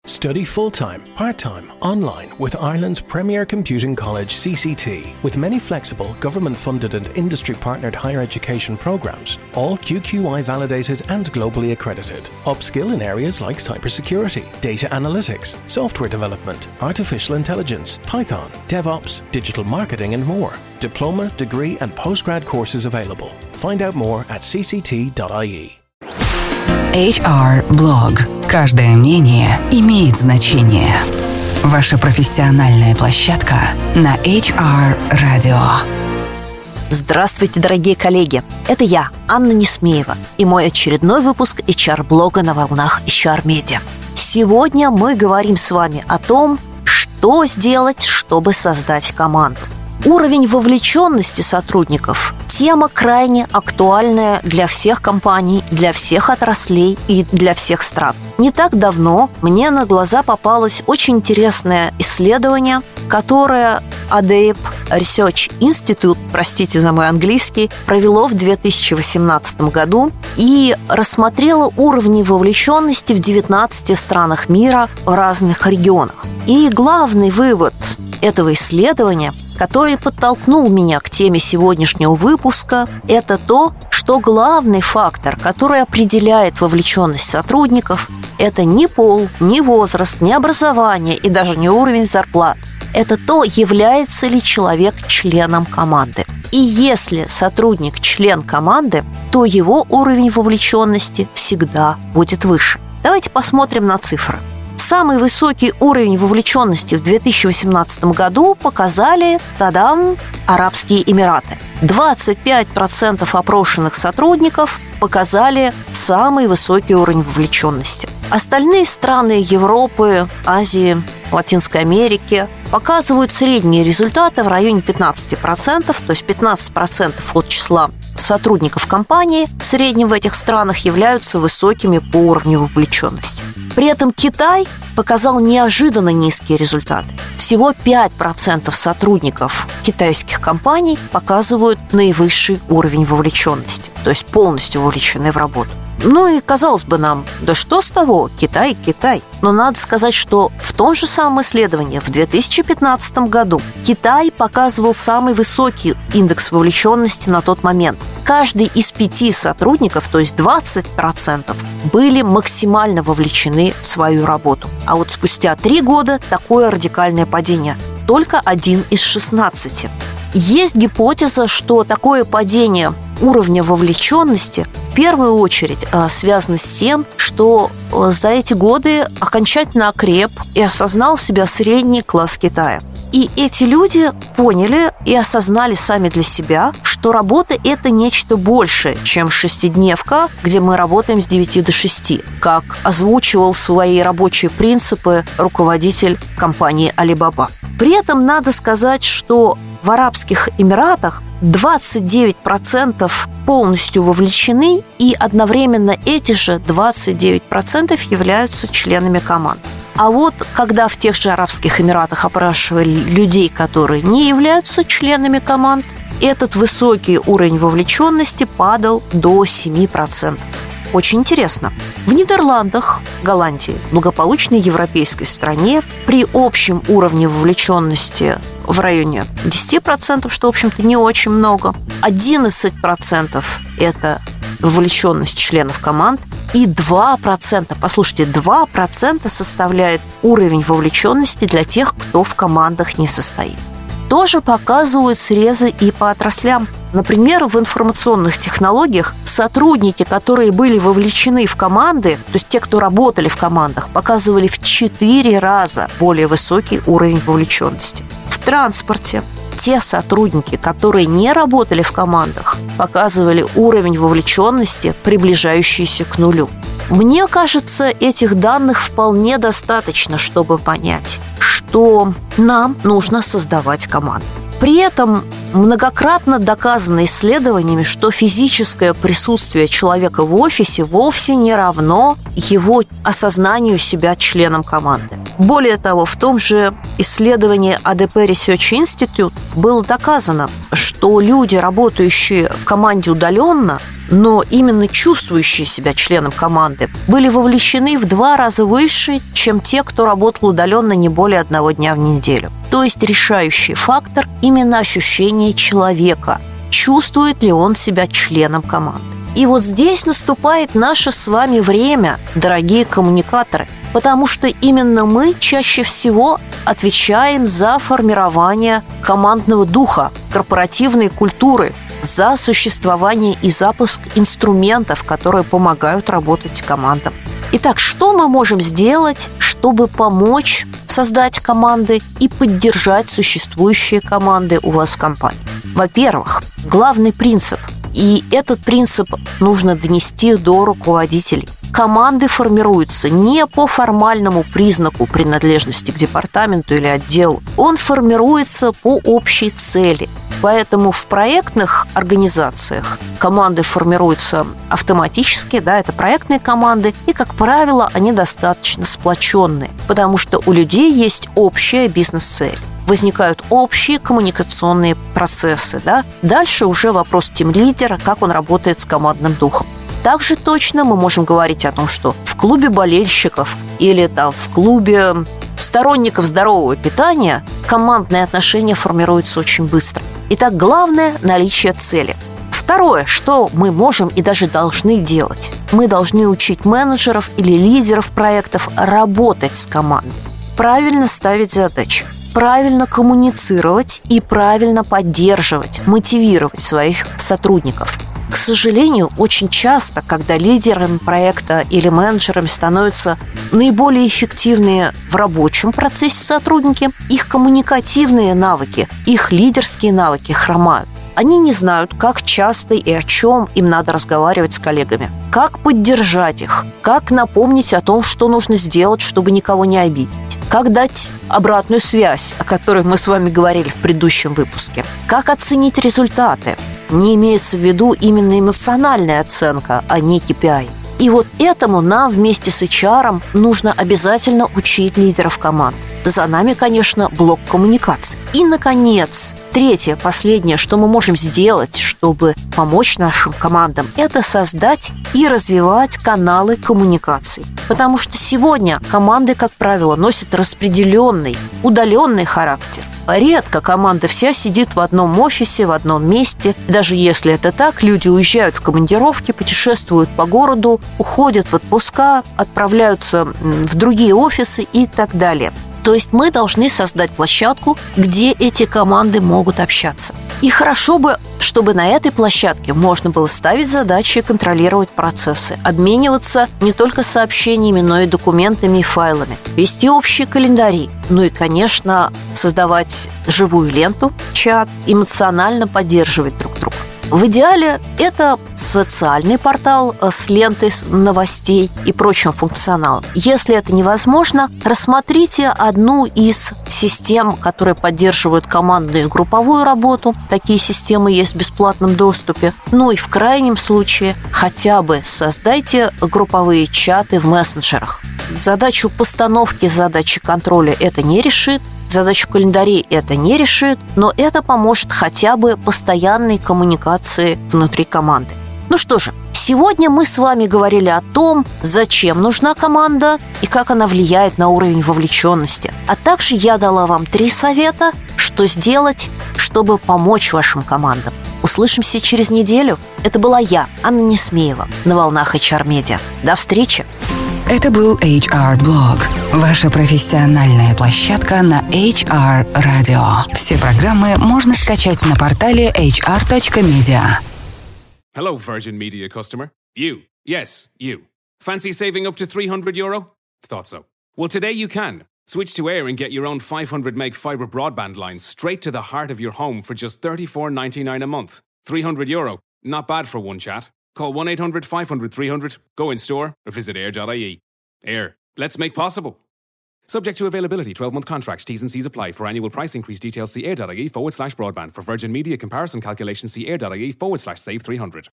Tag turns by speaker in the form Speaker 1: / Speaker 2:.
Speaker 1: Study full-time, part-time, online with Ireland's premier computing college CCT, with many flexible, government-funded and industry-partnered higher education programmes, all QQI validated and globally accredited. Upskill in areas like cybersecurity, data analytics, software development, artificial intelligence, Python, DevOps, digital marketing and more. Diploma, degree and postgrad courses available. Find out more at cct.ie.
Speaker 2: HR-блог. Каждое мнение имеет значение. Ваша профессиональная площадка на HR-радио.
Speaker 3: Здравствуйте, дорогие коллеги! Это я, Анна Несмеева, и мой очередной выпуск HR-блога на волнах HR-медиа. Сегодня мы говорим с вами о том, что сделать, чтобы создать команду. Уровень вовлеченности сотрудников – тема крайне актуальная для всех компаний, для всех отраслей и для всех стран. Не так давно мне на глаза попалось очень интересное исследование, которое ADEPE Research Institute, простите за мой английский, провело в 2018 году и рассмотрело уровни вовлеченности в 19 странах мира в разных регионах. И главный вывод этого исследования, который подтолкнул меня к теме сегодняшнего выпуска, это то, что главный фактор, который определяет вовлеченность сотрудников, это не пол, не возраст, не образование и даже не уровень зарплат. Это то, является ли человек членом команды. И если сотрудник член команды, то его уровень вовлеченности всегда будет выше. Давайте посмотрим на цифры. Самый высокий уровень вовлеченности в 2018 году показали, тадам, Арабские Эмираты. 25% опрошенных сотрудников показали самый высокий уровень вовлеченности. Остальные страны Европы, Азии, Латинской Америки показывают средние результаты в районе 15%, то есть 15% от числа сотрудников компании в среднем в этих странах являются высокими по уровню вовлеченности. При этом Китай показал неожиданно низкие результаты. Всего 5% сотрудников китайских компаний показывают наивысший уровень вовлеченности, то есть полностью вовлечены в работу. Ну и казалось бы нам, да что с того, Китай. Но надо сказать, что в том же самом исследовании в 2015 году Китай показывал самый высокий индекс вовлеченности на тот момент. Каждый из 5 сотрудников, то есть 20%, были максимально вовлечены в свою работу. А вот спустя 3 года такое радикальное падение. Только 1 из 16. Есть гипотеза, что такое падение уровня вовлеченности в первую очередь связано с тем, что за эти годы окончательно окреп и осознал себя средний класс Китая. И эти люди поняли и осознали сами для себя, что работа – это нечто большее, чем шестидневка, где мы работаем с 9 до 6, как озвучивал свои рабочие принципы руководитель компании Alibaba. При этом надо сказать, что в Арабских Эмиратах 29% полностью вовлечены, и одновременно эти же 29% являются членами команд. А вот когда в тех же Арабских Эмиратах опрашивали людей, которые не являются членами команд, этот высокий уровень вовлеченности падал до 7%. Очень интересно. В Нидерландах, Голландии, благополучной европейской стране, при общем уровне вовлеченности в районе 10%, что, в общем-то, не очень много, 11% – это вовлеченность членов команд, и 2%, послушайте, 2% составляет уровень вовлеченности для тех, кто в командах не состоит. Тоже показывают срезы и по отраслям. Например, в информационных технологиях сотрудники, которые были вовлечены в команды, то есть те, кто работали в командах, показывали в 4 раза более высокий уровень вовлеченности. В транспорте те сотрудники, которые не работали в командах, показывали уровень вовлеченности, приближающийся к нулю. Мне кажется, этих данных вполне достаточно, чтобы понять, что нам нужно создавать команду. При этом многократно доказано исследованиями, что физическое присутствие человека в офисе вовсе не равно его осознанию себя членом команды. Более того, в том же исследовании ADEPE Research Institute было доказано, что люди, работающие в команде удаленно, но именно чувствующие себя членом команды были вовлечены в 2 раза выше, чем те, кто работал удаленно не более 1 дня в неделю. То есть решающий фактор именно ощущение человека, чувствует ли он себя членом команды. И вот здесь наступает наше с вами время, дорогие коммуникаторы, потому что именно мы чаще всего отвечаем за формирование командного духа, корпоративной культуры, за существование и запуск инструментов, которые помогают работать командам. Итак, что мы можем сделать, чтобы помочь создать команды и поддержать существующие команды у вас в компании? Во-первых, главный принцип, и этот принцип нужно донести до руководителей. Команды формируются не по формальному признаку принадлежности к департаменту или отделу. Он формируется по общей цели. Поэтому в проектных организациях команды формируются автоматически, это проектные команды, и, как правило, они достаточно сплоченные, потому что у людей есть общая бизнес-цель. Возникают общие коммуникационные процессы. Дальше уже вопрос тимлидера, как он работает с командным духом. Также точно мы можем говорить о том, что в клубе болельщиков или в клубе сторонников здорового питания командные отношения формируются очень быстро. Итак, главное – наличие цели. Второе, что мы можем и даже должны делать. Мы должны учить менеджеров или лидеров проектов работать с командой, правильно ставить задачи, правильно коммуницировать и правильно поддерживать, мотивировать своих сотрудников. К сожалению, очень часто, когда лидерами проекта или менеджерами становятся наиболее эффективные в рабочем процессе сотрудники, их коммуникативные навыки, их лидерские навыки хромают. Они не знают, как часто и о чем им надо разговаривать с коллегами, как поддержать их, как напомнить о том, что нужно сделать, чтобы никого не обидеть, как дать обратную связь, о которой мы с вами говорили в предыдущем выпуске, как оценить результаты. Не имеется в виду именно эмоциональная оценка, а не KPI. И вот этому нам вместе с HR нужно обязательно учить лидеров команд. За нами, конечно, блок коммуникаций. И, наконец, третье, последнее, что мы можем сделать, чтобы помочь нашим командам, это создать и развивать каналы коммуникаций. Потому что сегодня команды, как правило, носят распределенный, удаленный характер. Редко команда вся сидит в одном офисе, в одном месте. Даже если это так, люди уезжают в командировки, путешествуют по городу, уходят в отпуска, отправляются в другие офисы и так далее. То есть мы должны создать площадку, где эти команды могут общаться. И хорошо бы, чтобы на этой площадке можно было ставить задачи и контролировать процессы, обмениваться не только сообщениями, но и документами и файлами, вести общие календари, ну и, конечно, создавать живую ленту, чат, эмоционально поддерживать друг друга. В идеале это социальный портал с лентой новостей и прочим функционалом. Если это невозможно, рассмотрите одну из систем, которые поддерживают командную и групповую работу. Такие системы есть в бесплатном доступе. Ну и в крайнем случае хотя бы создайте групповые чаты в мессенджерах. Задачу постановки задачи контроля это не решит. Задачу календарей это не решит, но это поможет хотя бы постоянной коммуникации внутри команды. Ну что же, сегодня мы с вами говорили о том, зачем нужна команда и как она влияет на уровень вовлеченности. А также я дала вам 3 совета, что сделать, чтобы помочь вашим командам. Услышимся через неделю. Это была я, Анна Несмеева, на волнах HR Media. До встречи!
Speaker 2: Это был HR-блог. Ваша профессиональная площадка на HR Radio. Все программы можно скачать на портале hr.media.
Speaker 4: Hello, Virgin Media customer. You. Yes, you. Fancy saving up to €300? Thought so. Well, today you can. Switch to Air and get your own 500 meg fibre broadband line straight to the heart of your home for just €34.99 a month. €300. Not bad for one chat. Call 1-800-500-300, go in store, or visit air.ie. Air. Let's make possible. Subject to availability, 12-month contracts, T's and C's apply. For annual price increase details, see air.ie/broadband. For Virgin Media comparison calculations, see air.ie/save300.